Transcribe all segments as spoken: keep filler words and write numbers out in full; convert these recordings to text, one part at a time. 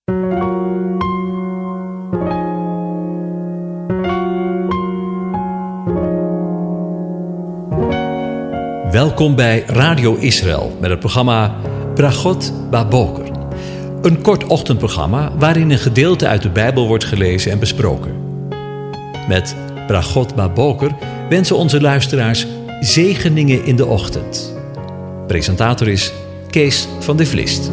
Welkom bij Radio Israël met het programma Bragot Baboker. Een kort ochtendprogramma waarin een gedeelte uit de Bijbel wordt gelezen en besproken. Met Bragot Baboker wensen onze luisteraars zegeningen in de ochtend. Presentator is Kees van de Vlist.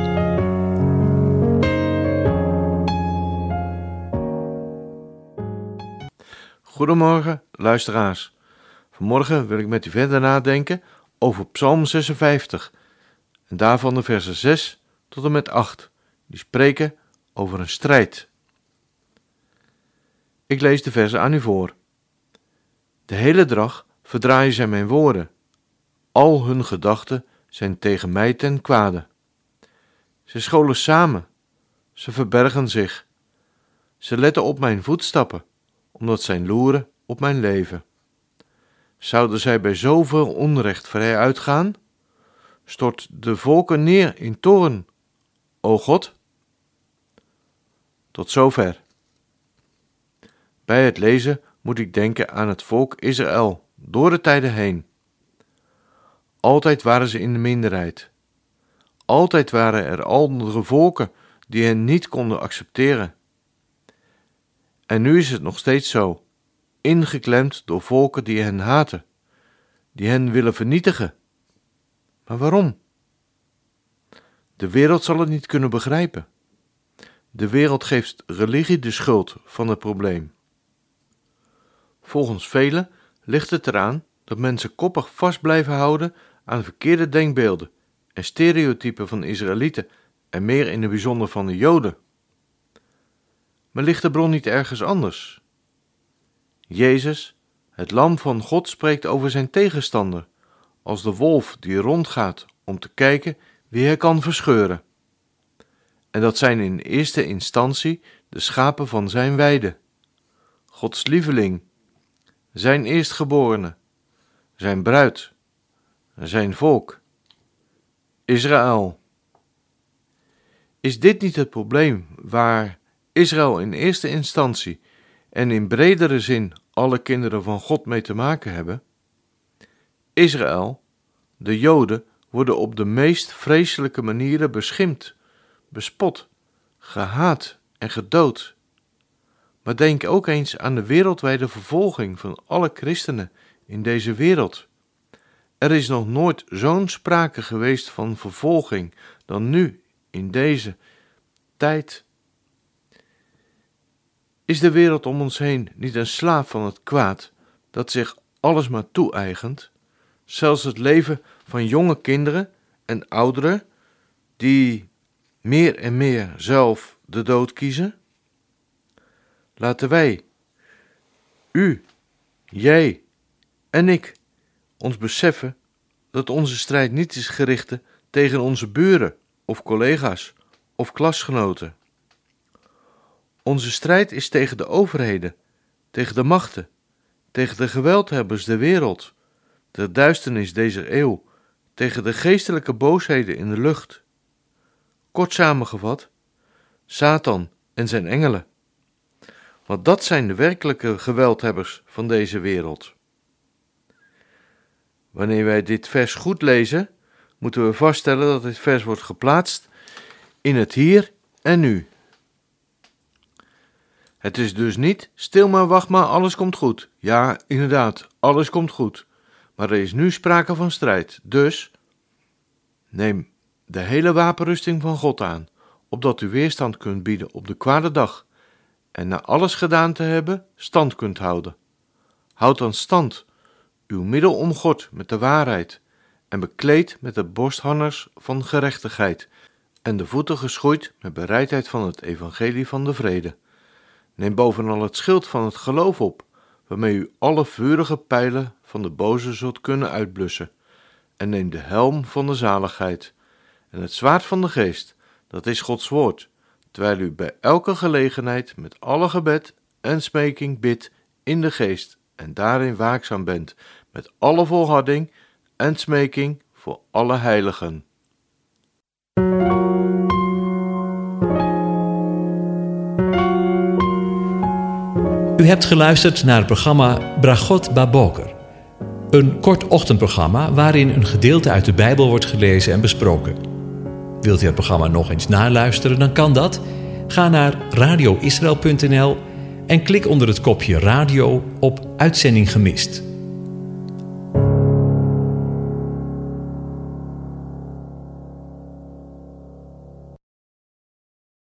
Goedemorgen, luisteraars. Vanmorgen wil ik met u verder nadenken over Psalm zesenvijftig en daarvan de versen zes tot en met acht, die spreken over een strijd. Ik lees de versen aan u voor. De hele dag verdraaien zij mijn woorden. Al hun gedachten zijn tegen mij ten kwade. Ze scholen samen, ze verbergen zich. Ze letten op mijn voetstappen, omdat zij loeren op mijn leven. Zouden zij bij zoveel onrecht vrij uitgaan? Stort de volken neer in toorn, o God? Tot zover. Bij het lezen moet ik denken aan het volk Israël, door de tijden heen. Altijd waren ze in de minderheid. Altijd waren er andere volken die hen niet konden accepteren. En nu is het nog steeds zo. Ingeklemd door volken die hen haten, die hen willen vernietigen. Maar waarom? De wereld zal het niet kunnen begrijpen. De wereld geeft religie de schuld van het probleem. Volgens velen ligt het eraan dat mensen koppig vast blijven houden aan verkeerde denkbeelden en stereotypen van Israëlieten en meer in het bijzonder van de Joden. Maar ligt de bron niet ergens anders? Jezus, het lam van God, spreekt over zijn tegenstander, als de wolf die rondgaat om te kijken wie hij kan verscheuren. En dat zijn in eerste instantie de schapen van zijn weide, Gods lieveling, zijn eerstgeborene, zijn bruid, zijn volk, Israël. Is dit niet het probleem waar Israël in eerste instantie en in bredere zin alle kinderen van God mee te maken hebben? Israël, de Joden, worden op de meest vreselijke manieren beschimpt, bespot, gehaat en gedood. Maar denk ook eens aan de wereldwijde vervolging van alle christenen in deze wereld. Er is nog nooit zo'n sprake geweest van vervolging dan nu, in deze tijd. Is de wereld om ons heen niet een slaaf van het kwaad, dat zich alles maar toe-eigent, zelfs het leven van jonge kinderen en ouderen, die meer en meer zelf de dood kiezen? Laten wij, u, jij en ik, ons beseffen dat onze strijd niet is gericht tegen onze buren of collega's of klasgenoten. Onze strijd is tegen de overheden, tegen de machten, tegen de geweldhebbers der wereld, de duisternis deze eeuw, tegen de geestelijke boosheden in de lucht. Kort samengevat, Satan en zijn engelen. Want dat zijn de werkelijke geweldhebbers van deze wereld. Wanneer wij dit vers goed lezen, moeten we vaststellen dat dit vers wordt geplaatst in het hier en nu. Het is dus niet, stil maar, wacht maar, alles komt goed. Ja, inderdaad, alles komt goed. Maar er is nu sprake van strijd. Dus, neem de hele wapenrusting van God aan, opdat u weerstand kunt bieden op de kwade dag. En na alles gedaan te hebben, stand kunt houden. Houd dan stand, uw middel omgord met de waarheid, en bekleed met de borstharnas van gerechtigheid, en de voeten geschoeid met bereidheid van het evangelie van de vrede. Neem bovenal het schild van het geloof op, waarmee u alle vurige pijlen van de boze zult kunnen uitblussen. En neem de helm van de zaligheid en het zwaard van de geest, dat is Gods woord, terwijl u bij elke gelegenheid met alle gebed en smeking bidt in de geest en daarin waakzaam bent, met alle volharding en smeking voor alle heiligen. U hebt geluisterd naar het programma Bragot Baboker. Een kort ochtendprogramma waarin een gedeelte uit de Bijbel wordt gelezen en besproken. Wilt u het programma nog eens naluisteren, dan kan dat. Ga naar radio israël punt n l en klik onder het kopje radio op Uitzending gemist.